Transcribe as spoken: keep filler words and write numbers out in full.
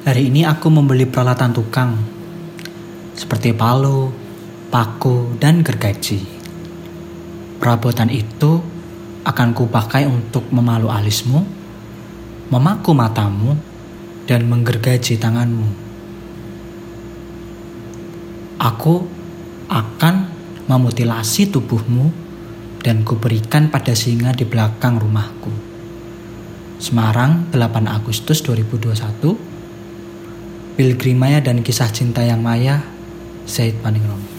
Hari ini aku membeli peralatan tukang, seperti palu, paku, dan gergaji. Perabotan itu akan kupakai untuk memalu alismu, memaku matamu, dan menggergaji tanganmu. Aku akan memutilasi tubuhmu dan kuberikan pada singa di belakang rumahku. Semarang, delapan Agustus dua ribu dua puluh satu. Pilgrim Maya dan Kisah Cinta Yang Maya, Said Paningrum.